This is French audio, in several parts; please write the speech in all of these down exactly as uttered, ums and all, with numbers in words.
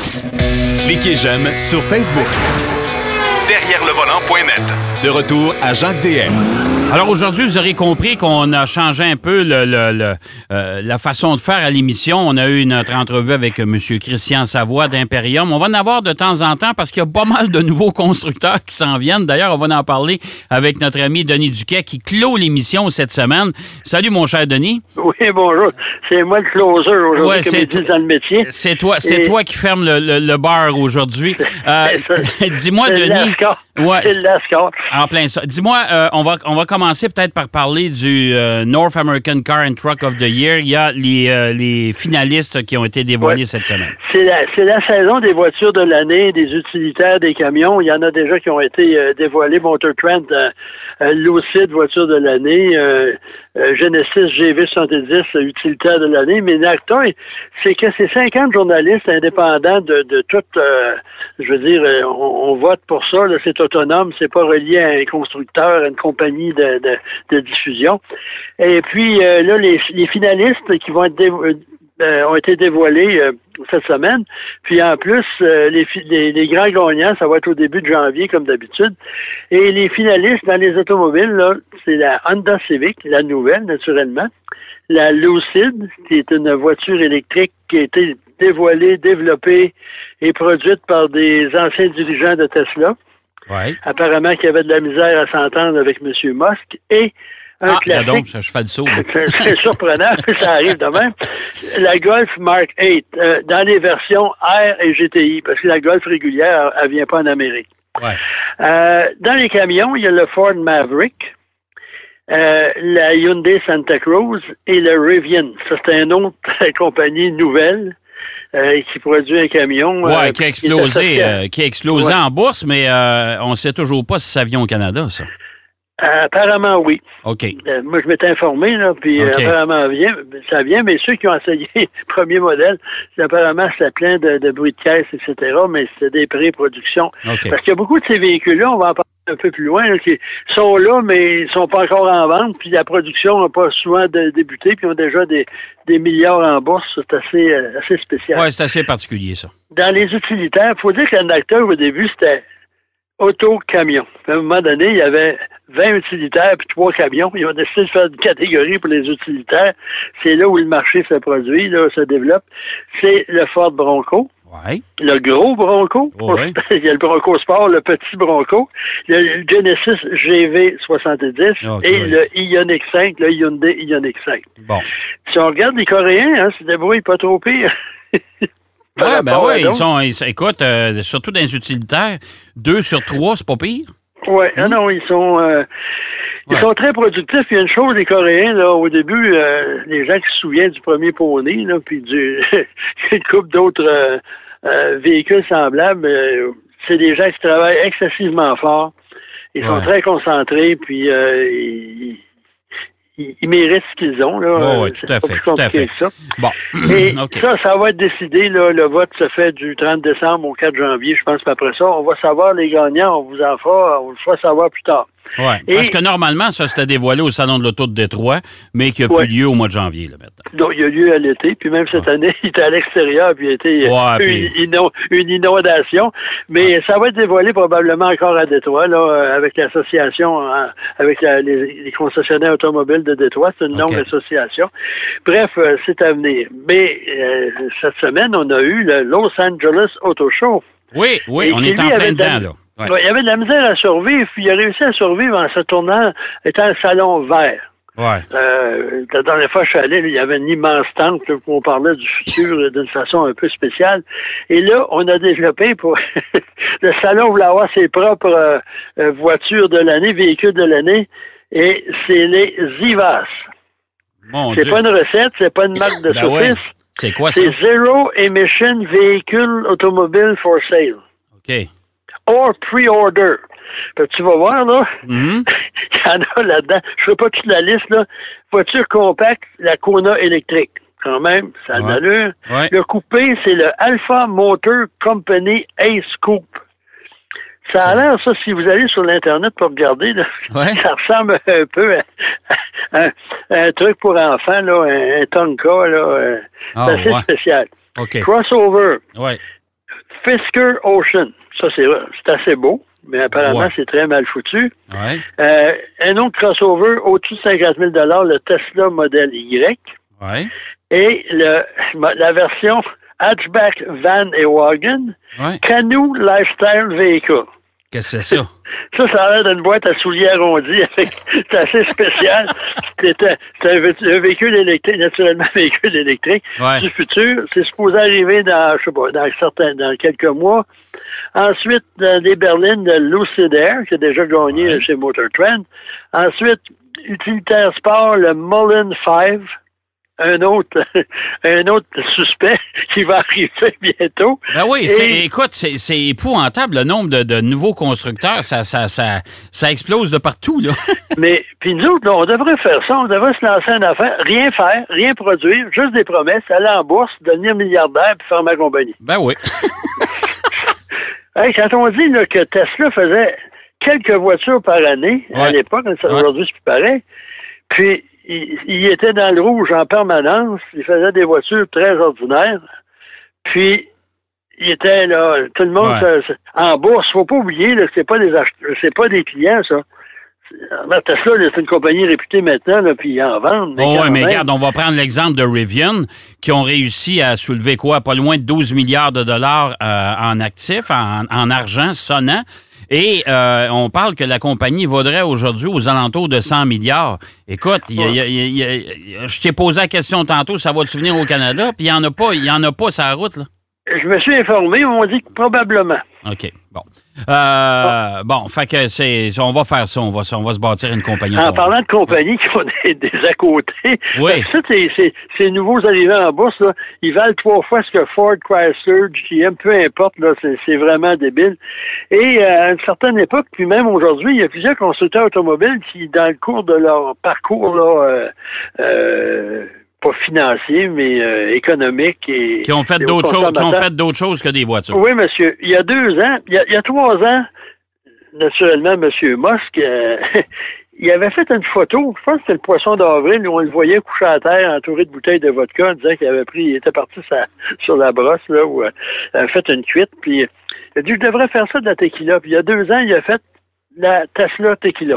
Cliquez j'aime sur Facebook. Derrière le volant point net. De retour à Jacques D M. Alors aujourd'hui, vous aurez compris qu'on a changé un peu le, le, le, euh, la façon de faire à l'émission. On a eu notre entrevue avec M. Christian Savoie d'Imperium. On va en avoir de temps en temps parce qu'il y a pas mal de nouveaux constructeurs qui s'en viennent. D'ailleurs, on va en parler avec notre ami Denis Duquet qui clôt l'émission cette semaine. Salut, mon cher Denis. Oui, bonjour. C'est moi le closer aujourd'hui, ouais, comme ils disent dans le métier. C'est toi, c'est Et... toi qui ferme le, le, le bar aujourd'hui. Euh, dis-moi, c'est Denis. Ouais. C'est le Lascar. En plein ça. Dis-moi, euh, on va on va commencer peut-être par parler du euh, North American Car and Truck of the Year. Il y a les, euh, les finalistes qui ont été dévoilés ouais. cette semaine. C'est la, c'est la saison des voitures de l'année, des utilitaires, des camions. Il y en a déjà qui ont été euh, dévoilés. Motor Trend, euh, euh, Lucid, voiture de l'année. Euh, euh, Genesis G V soixante-dix, utilitaire de l'année. Mais l'acteur, c'est que c'est cinquante journalistes indépendants de, de tout, euh, je veux dire, on, on vote pour ça. Là, c'est autonome, c'est pas relié à un constructeur, à une compagnie de, de, de diffusion. Et puis euh, là, les, les finalistes qui vont être dévo- euh, ont été dévoilés euh, cette semaine. Puis en plus, euh, les, les, les grands gagnants, ça va être au début de janvier, comme d'habitude. Et les finalistes dans les automobiles, là, c'est la Honda Civic, la nouvelle, naturellement. La Lucid, qui est une voiture électrique qui a été dévoilée, développée et produite par des anciens dirigeants de Tesla. Ouais. Apparemment qu'il y avait de la misère à s'entendre avec M. Musk. Et un ah, classique. donc, je fais le saut. c'est, c'est surprenant, ça arrive de même. La Golf Mark huit, euh, dans les versions R et G T I, parce que la Golf régulière, elle ne vient pas en Amérique. Ouais. Euh, dans les camions, il y a le Ford Maverick, euh, la Hyundai Santa Cruz et le Rivian. Ça, c'est une autre compagnie nouvelle. Euh, qui produit un camion. Oui, euh, qui a explosé, euh, qui a explosé ouais. en bourse, mais euh, on ne sait toujours pas si ça vient au Canada, ça. Euh, apparemment, oui. OK. Euh, moi, je m'étais informé, là, puis okay. euh, apparemment, vient, ça vient, mais ceux qui ont essayé le premier modèle, c'est apparemment, c'était plein de, de bruit de caisse, et cetera, mais c'était des pré-productions. Okay. Parce qu'il y a beaucoup de ces véhicules-là, on va en parler un peu plus loin, là, qui sont là, mais ils sont pas encore en vente, puis la production n'a pas souvent de, débuté, puis ils ont déjà des, des milliards en bourse. C'est assez, euh, assez spécial. Oui, c'est assez particulier, ça. Dans les utilitaires, il faut dire que l'acteur, au début, c'était auto-camion. À un moment donné, il y avait vingt utilitaires puis trois camions. Ils ont décidé de faire une catégorie pour les utilitaires. C'est là où le marché se produit, là, se développe. C'est le Ford Bronco. Ouais. Le gros Bronco. Oh, ouais. Il y a le Bronco Sport, le petit Bronco. Il y a le Genesis G V soixante-dix okay, et ouais. le Ioniq cinq, le Hyundai Ioniq cinq. Bon. Si on regarde les Coréens, hein, c'est des bruits pas trop pires. Oui, ben oui, ils sont, ils, écoute, euh, surtout dans les utilitaires, deux sur trois, c'est pas pire. Oui, mmh. non, non, ils sont euh, ils ouais. sont très productifs. Il y a une chose, les Coréens, là, au début, euh, les gens qui se souviennent du premier poney, là, puis du une couple d'autres euh, euh, véhicules semblables, euh, c'est des gens qui travaillent excessivement fort. Ils ouais. sont très concentrés, puis euh, ils, ils méritent ce qu'ils ont. Là. Oh, oui, tout à fait, tout à fait. Ça. Bon. Et okay. ça, ça va être décidé. Là, le vote se fait du trente décembre au quatre janvier, je pense. Puis après ça, on va savoir les gagnants. On vous en fera, on vous fera savoir plus tard. Oui, parce que normalement, ça s'était dévoilé au Salon de l'Auto de Détroit, mais qui a ouais. plus lieu au mois de janvier, là, maintenant. Donc, il y a lieu à l'été, puis même cette ouais. année, il était à l'extérieur, puis il y a été ouais, une, puis... ino- une inondation. Mais ouais. ça va être dévoilé probablement encore à Détroit, là, avec l'association, avec la, les, les concessionnaires automobiles de Détroit. C'est une okay. longue association. Bref, c'est à venir. Mais euh, cette semaine, on a eu le Los Angeles Auto Show. Oui, oui, on est en plein dedans, là. Ouais. Ouais, il y avait de la misère à survivre, puis il a réussi à survivre en se tournant, étant un salon vert. Ouais. Euh, la dernière fois que je suis allé, il y avait une immense tente là, où on parlait du futur d'une façon un peu spéciale. Et là, on a développé pour le salon voulait avoir ses propres euh, voitures de l'année, véhicules de l'année, et c'est les Zivas. Mon c'est Dieu. pas une recette, c'est pas une marque de ben saucisse. Ouais. C'est quoi ça? C'est Zero Emission Vehicle Automobile for Sale. OK. Or pre-order. Puis tu vas voir, là, mm-hmm. il y en a là-dedans. Je ne fais pas toute la liste, là. Voiture compacte, la Kona électrique. Quand même, ça a de l'allure. Ouais. Le coupé, c'est le Alpha Motor Company Ace Coupe. Ça a l'air, ça, si vous allez sur l'Internet pour regarder, là, ouais. ça ressemble un peu à, à, à un truc pour enfants, là, un, un Tonka, là. Oh, c'est assez ouais. spécial. Okay. Crossover. Ouais. Fisker Ocean. Ça, c'est, c'est assez beau, mais apparemment, ouais. c'est très mal foutu. Ouais. Euh, un autre crossover au-dessus de cinquante mille dollars, le Tesla Model Y. Ouais. Et le, la version hatchback, van et wagon, ouais. Canoe Lifestyle Vehicle. Qu'est-ce que c'est ça? Ça, ça a l'air d'une boîte à souliers arrondis. Avec, c'est assez spécial. C'était, c'était un, un véhicule électrique, naturellement un véhicule électrique ouais. du futur. C'est supposé arriver dans, je sais pas, dans certains, dans quelques mois. Ensuite, dans les berlines de Lucid Air, qui a déjà gagné ouais. chez Motor Trend. Ensuite, utilitaire sport, le Mullen cinq. Un autre, un autre suspect qui va arriver bientôt. Ben oui, c'est, écoute, c'est, c'est épouvantable le nombre de, de nouveaux constructeurs. Ça, ça, ça, ça explose de partout, là. Mais, puis nous autres, là, on devrait faire ça. On devrait se lancer en affaire, rien faire, rien produire, juste des promesses, aller en bourse, devenir milliardaire puis faire ma compagnie. Ben oui. Hey, quand on dit là, que Tesla faisait quelques voitures par année, ouais. à l'époque, ouais. aujourd'hui, c'est plus pareil. Puis, Il, il était dans le rouge en permanence. Il faisait des voitures très ordinaires. Puis, il était là, tout le monde ouais. ça, en bourse. Faut pas oublier, là, c'est pas des acheteurs, c'est pas des clients, ça. Tesla, là, c'est une compagnie réputée maintenant, là, puis ils en vendent. Mais oh, oui, mais regarde, on va prendre l'exemple de Rivian, qui ont réussi à soulever quoi? Pas loin de douze milliards de dollars euh, en actifs, en, en argent sonnant. Et euh, on parle que la compagnie vaudrait aujourd'hui aux alentours de cent milliards. Écoute, y a, y a, y a, y a, je t'ai posé la question tantôt, ça va-tu venir au Canada? Puis il n'y en a pas, il y en a pas sur la route, là. Je me suis informé, on m'a dit que probablement. OK, bon. Euh, bon, fait que c'est, on va faire ça, on va, on va se bâtir une compagnie. En parlant de compagnies qui ont des, des à côté, oui. ça, c'est, c'est, ces nouveaux arrivants en bourse, là, ils valent trois fois ce que Ford, Chrysler, G M, peu importe, là, c'est, c'est vraiment débile. Et euh, à une certaine époque, puis même aujourd'hui, il y a plusieurs constructeurs automobiles qui, dans le cours de leur parcours, là, euh, euh, pas financier, mais euh, économique et qui ont fait d'autres choses, qui ont fait d'autres choses que des voitures. Oui, monsieur. Il y a deux ans, il y a, il y a trois ans, naturellement, monsieur Musk, euh, il avait fait une photo. Je pense que c'était le poisson d'avril où on le voyait couché à terre, entouré de bouteilles de vodka, en disant qu'il avait pris, il était parti sa, sur la brosse là où euh, il avait fait une cuite. Puis il a dit, je devrais faire ça de la tequila. Puis il y a deux ans, il a fait la Tesla Tequila.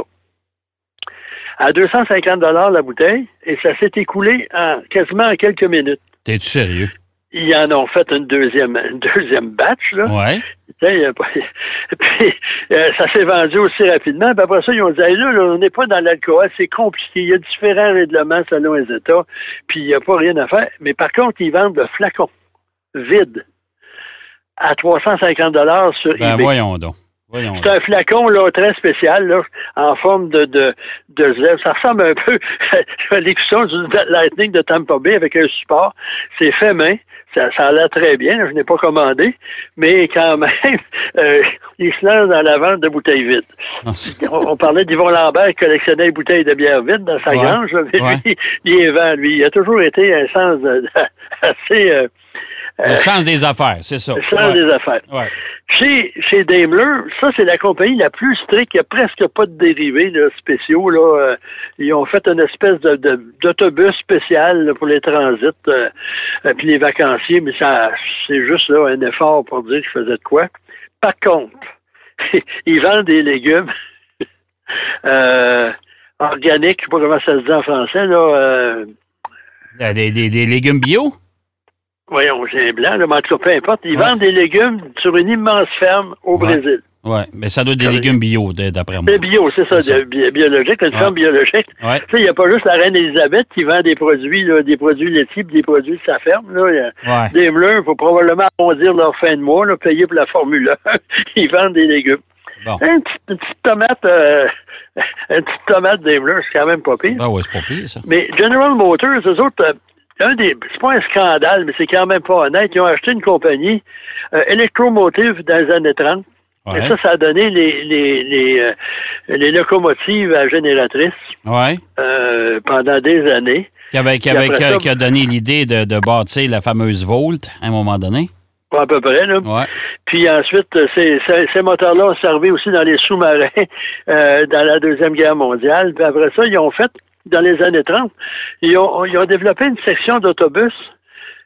À deux cent cinquante dollars la bouteille, et ça s'est écoulé en quasiment en quelques minutes. T'es-tu sérieux? Ils en ont fait une deuxième, une deuxième batch, là. Ouais. Puis, euh, ça s'est vendu aussi rapidement. Puis après ça, ils ont dit, hey, là, là, on n'est pas dans l'alcool, c'est compliqué. Il y a différents règlements selon les États, puis il n'y a pas rien à faire. Mais par contre, ils vendent le flacon vide à trois cent cinquante dollars sur ben, eBay. Voyons donc. Voyons c'est un flacon là très spécial là, en forme de de de zèbre. Ça ressemble un peu à l'écusson du Lightning de Tampa Bay avec un support. C'est fait main. Ça, ça a l'air très bien. Là, je n'ai pas commandé, mais quand même, euh, il se lance dans la vente de bouteilles vides. on, on parlait d'Yvon Lambert qui collectionnait les bouteilles de bière vide dans sa ouais. grange. Là, mais ouais. lui, il les vend. Lui, il a toujours été un sens de, de, assez euh, le sens des affaires, c'est ça. Le sens ouais. des affaires. Ouais. Chez, chez Daimler, ça, c'est la compagnie la plus stricte. Il n'y a presque pas de dérivés là, spéciaux. Là. Euh, ils ont fait une espèce de, de, d'autobus spécial là, pour les transits euh, euh, puis les vacanciers, mais ça, c'est juste là, un effort pour dire qu'ils faisaient de quoi. Par contre, ils vendent des légumes euh, organiques, je ne sais pas comment ça se dit en français. Là, euh, des, des, des légumes bio? Voyons, j'ai un blanc, là, mais en tout cas, peu importe. Ils ouais. vendent des légumes sur une immense ferme au ouais. Brésil. Oui, mais ça doit être des Comme légumes bio, d'après moi. C'est bio, c'est ça, c'est ça. Bi- biologique, une ouais. ferme biologique. Ouais. Tu sais, il n'y a pas juste la reine Élisabeth qui vend des produits, là, des produits laitiers, des produits de sa ferme. Là. Ouais. Des Daimler, il faut probablement arrondir leur fin de mois, là, payer pour la Formule un. Ils vendent des légumes. Bon. Une, petite, une petite tomate, euh, une petite tomate Daimler, c'est quand même pas pire. Ben oui, c'est pas pire, ça. Mais General Motors, eux autres... Euh, Un des, c'est pas un scandale, mais c'est quand même pas honnête. Ils ont acheté une compagnie euh, Electromotive dans les années trente. Ouais. Et ça, ça a donné les les les, euh, les locomotives à génératrices ouais. euh, pendant des années. Qui, avait, qui, avait, ça, qui a donné l'idée de, de bâtir la fameuse Volt à un moment donné. À peu près, là. Ouais. Puis ensuite, ces, ces, ces moteurs-là ont servi aussi dans les sous-marins euh, dans la Deuxième Guerre mondiale. Puis après ça, ils ont fait dans les années trente, ils ont, ils ont développé une section d'autobus.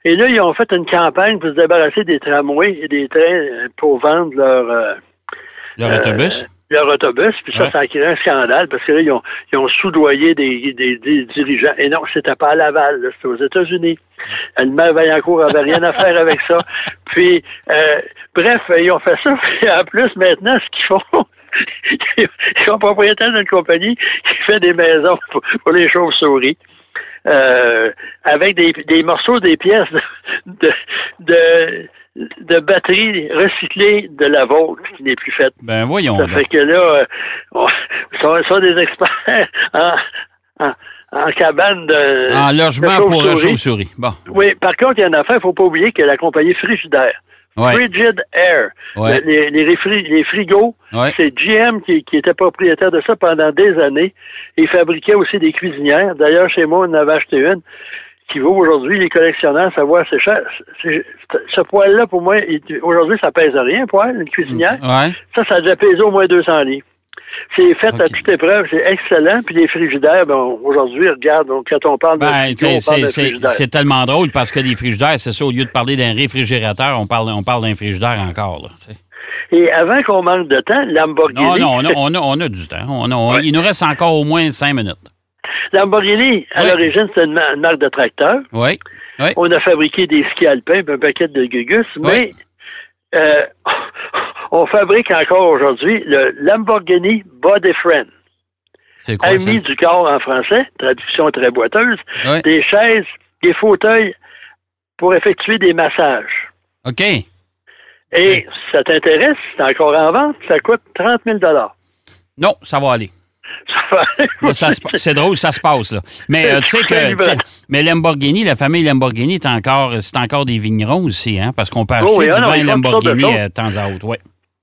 Et là, ils ont fait une campagne pour se débarrasser des tramways et des trains pour vendre leur... Euh, leur euh, autobus? Leur autobus, puis ça, ouais. ça a créé un scandale, parce que là, ils ont, ils ont soudoyé des, des, des dirigeants. Et non, c'était pas à Laval, là, c'était aux États-Unis. Le maire Vaillancourt avait rien à faire avec ça. Puis, euh, bref, ils ont fait ça. Puis en plus, maintenant, ce qu'ils font, ils sont propriétaires d'une compagnie qui fait des maisons pour, pour les chauves-souris. Euh, avec des, des morceaux, des pièces de, de, de batteries recyclées de la vôtre qui n'est plus faite. Ben voyons. Ça donc. fait que là, on, sont, sont des experts en, en, en cabane de En logement de pour la chauve-souris. Bon. Oui, par contre, il y a une affaire, il ne faut pas oublier que la compagnie Frigidaire, ouais. Frigid Air, ouais. les, les, réfri, les frigos, ouais. c'est G M qui, qui était propriétaire de ça pendant des années. Il fabriquait aussi des cuisinières. D'ailleurs, chez moi, on en avait acheté une qui vaut aujourd'hui, les collectionneurs, ça vaut assez cher. C'est, ce poêle-là, pour moi, il, aujourd'hui, ça pèse rien, un poêle, une cuisinière. Ouais. Ça, ça a déjà pesé au moins deux cents livres. C'est fait okay. à toute épreuve, c'est excellent. Puis les frigidaires, ben, aujourd'hui, regarde, donc, quand on parle ben, de frigo, on parle de c'est, frigidaire. C'est tellement drôle parce que les frigidaires, c'est ça, au lieu de parler d'un réfrigérateur, on parle, on parle d'un frigidaire encore. Là, t'sais. Et avant qu'on manque de temps, Lamborghini... Non, non, on a, on a, on a du temps. On a, on, ouais. Il nous reste encore au moins cinq minutes. Lamborghini, à oui. l'origine, c'est une marque de tracteur. Oui. oui. On a fabriqué des skis alpins et un paquet de gugus, oui. mais euh, on fabrique encore aujourd'hui le Lamborghini Body Friend. C'est quoi, Ami ça? du corps en français, traduction très boiteuse, oui. des chaises, des fauteuils pour effectuer des massages. OK. Et okay. ça t'intéresse, c'est encore en vente, ça coûte trente mille dollars. Non, ça va aller. Là, ça se, c'est drôle, ça se passe, là. Mais euh, tu sais que. T'sais, mais Lamborghini, la famille Lamborghini, est encore, c'est encore des vignerons aussi, hein? Parce qu'on peut acheter oh, oui, du vin Lamborghini de euh, temps à autre, oui.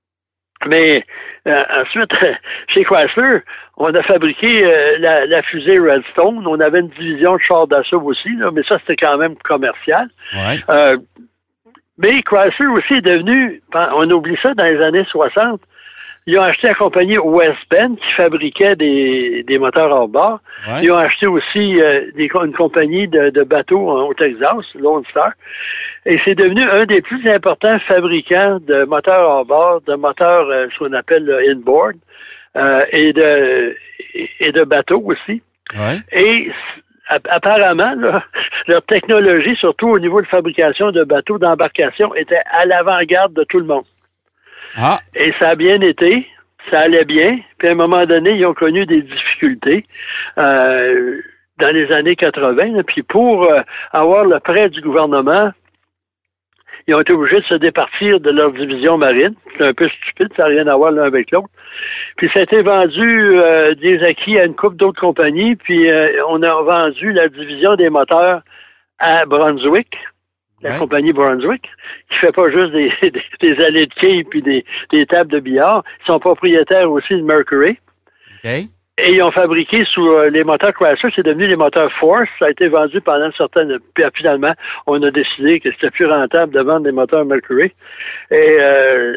Mais euh, ensuite, chez Chrysler, on a fabriqué euh, la, la fusée Redstone. On avait une division de chars d'assaut aussi, là, mais ça, c'était quand même commercial. Ouais. Euh, mais Chrysler aussi est devenu, on oublie ça dans les années soixante, ils ont acheté la compagnie West Bend qui fabriquait des, des moteurs hors bord. Ouais. Ils ont acheté aussi euh, des, une compagnie de, de bateaux hein, au Texas, Lone Star. Et c'est devenu un des plus importants fabricants de moteurs hors bord, de moteurs, euh, ce qu'on appelle le inboard, euh, et de et de bateaux aussi. Ouais. Et apparemment, là, leur technologie, surtout au niveau de fabrication de bateaux d'embarcation, était à l'avant-garde de tout le monde. Ah. Et ça a bien été, ça allait bien. Puis à un moment donné, ils ont connu des difficultés euh, dans les années quatre-vingts. Là, puis pour euh, avoir le prêt du gouvernement, ils ont été obligés de se départir de leur division marine. C'est un peu stupide, ça n'a rien à voir l'un avec l'autre. Puis ça a été vendu euh, des acquis à une couple d'autres compagnies. Puis euh, on a vendu la division des moteurs à Brunswick. La ouais. compagnie Brunswick, qui fait pas juste des, des, des allées de quilles puis des, des tables de billard. Ils sont propriétaires aussi de Mercury. Okay. Et ils ont fabriqué sous euh, les moteurs Chrysler, c'est devenu les moteurs Force. Ça a été vendu pendant certaines... Puis finalement, on a décidé que c'était plus rentable de vendre des moteurs Mercury. Et euh,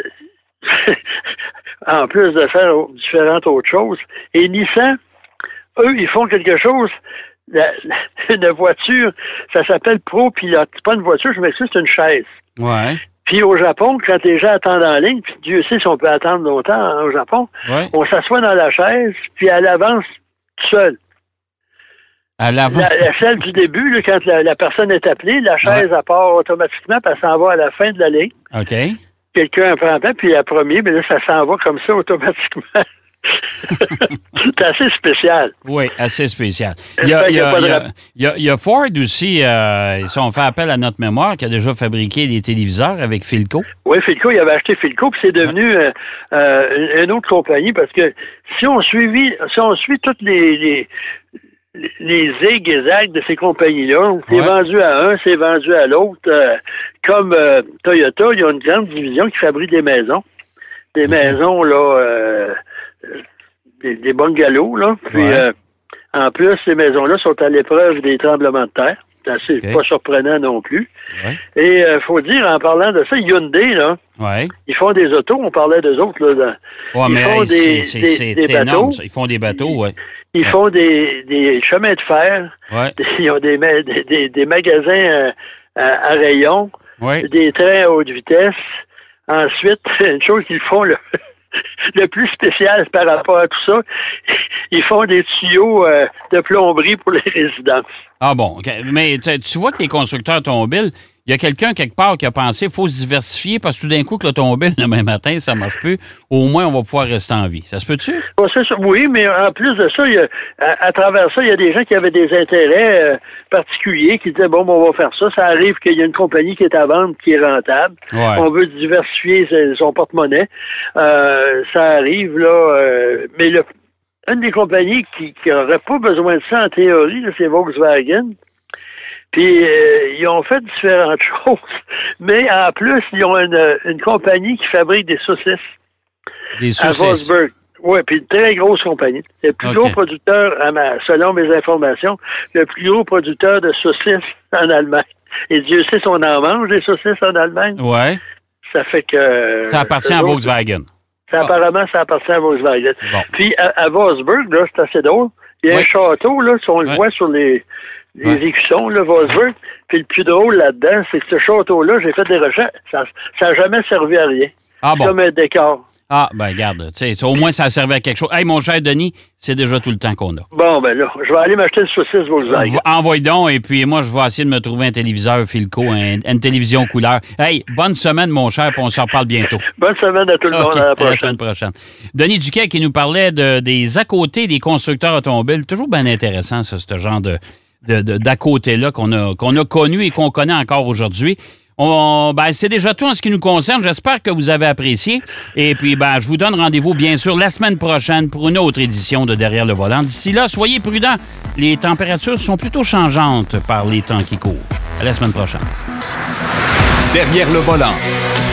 en plus de faire différentes autres choses. Et Nissan, eux, ils font quelque chose... La, la, une voiture, ça s'appelle ProPilot. C'est pas une voiture, je m'excuse, c'est une chaise. Ouais. Puis au Japon, quand les gens attendent en ligne, puis Dieu sait si on peut attendre longtemps hein, au Japon, ouais. on s'assoit dans la chaise, puis elle avance seule. À l'avant. La, la celle du début, là, quand la, la personne est appelée, la chaise, ouais. elle part automatiquement, puis elle s'en va à la fin de la ligne. OK. Quelqu'un prend un temps, puis la première, mais là, ça s'en va comme ça automatiquement. C'est assez spécial. Oui, assez spécial. Il y a, il y a, il y a, il y a, il y a Ford aussi, euh, si on fait appel à notre mémoire, qui a déjà fabriqué des téléviseurs avec Philco. Oui, Philco, il avait acheté Philco, puis c'est devenu euh, euh, une autre compagnie, parce que si on suivit, si on suit toutes les, les, les zigs et zags de ces compagnies-là, c'est ouais. vendu à un, c'est vendu à l'autre. Euh, comme euh, Toyota, il y a une grande division qui fabrique des maisons. Des okay. maisons, là... Euh, Des, des bungalows, là. Puis, ouais. euh, en plus, ces maisons-là sont à l'épreuve des tremblements de terre. C'est assez okay. pas surprenant non plus. Ouais. Et il euh, faut dire, en parlant de ça, Hyundai, là, ouais. ils font des autos. On parlait d'eux autres, là. Dans, ouais, ils mais font hey, des, c'est, des, c'est, des c'est bateaux. énorme, ils font des bateaux, oui. Ils ouais. font des, des chemins de fer. Ouais. Ils ont des, des, des, des magasins... Euh, à, à rayon, oui. des trains à haute vitesse. Ensuite, une chose qu'ils font le, le plus spécial par rapport à tout ça, ils font des tuyaux euh, de plomberie pour les résidences. Ah bon, okay. Mais tu vois que les constructeurs automobiles, il y a quelqu'un quelque part qui a pensé qu'il faut se diversifier parce que tout d'un coup, que l'automobile, le même matin, ça ne marche plus. Au moins, on va pouvoir rester en vie. Ça se peut-tu? Oui, mais en plus de ça, il y a, à, à travers ça, il y a des gens qui avaient des intérêts euh, particuliers qui disaient, bon, bon, on va faire ça. Ça arrive qu'il y a une compagnie qui est à vendre, qui est rentable. Ouais. On veut diversifier son porte-monnaie. Euh, ça arrive, là. Euh, mais le, une des compagnies qui n'aurait pas besoin de ça, en théorie, là, c'est Volkswagen. Puis, euh, ils ont fait différentes choses. Mais en plus, ils ont une, une compagnie qui fabrique des saucisses. Des saucisses? À Wolfsburg. Oui, puis une très grosse compagnie. Le plus okay. gros producteur, à ma, selon mes informations, le plus gros producteur de saucisses en Allemagne. Et Dieu sait si on en mange des saucisses en Allemagne. Oui. Ça fait que... Ça appartient à Volkswagen. Ça, apparemment, ça appartient à Volkswagen. Bon. Puis, à, à Wolfsburg, là, c'est assez drôle. Il y a oui. un château, là, si on le oui. voit sur les... Les ouais. écussons, le Wolfsburg. Puis le plus drôle là-dedans, c'est que ce château-là, j'ai fait des recherches, ça n'a jamais servi à rien. Ah bon? Comme un décor. Ah, ben regarde, tu sais, au moins ça a servi à quelque chose. Hey, mon cher Denis, c'est déjà tout le temps qu'on a. Bon, ben là, je vais aller m'acheter une saucisse Volkswagen. Envoie donc, et puis moi, je vais essayer de me trouver un téléviseur Philco, un, une télévision couleur. Hey, bonne semaine, mon cher, puis on se reparle bientôt. Bonne semaine à tout le okay, monde, à la prochaine. À la semaine prochaine. Denis Duquet qui nous parlait de, des à-côté des constructeurs automobiles. Toujours bien intéressant, ça, ce genre de... De, de, d'à côté-là qu'on a, qu'on a connu et qu'on connaît encore aujourd'hui. On, ben, c'est déjà tout en ce qui nous concerne. J'espère que vous avez apprécié. Et puis, ben, je vous donne rendez-vous, bien sûr, la semaine prochaine pour une autre édition de Derrière le volant. D'ici là, soyez prudents. Les températures sont plutôt changeantes par les temps qui courent. À la semaine prochaine. Derrière le volant.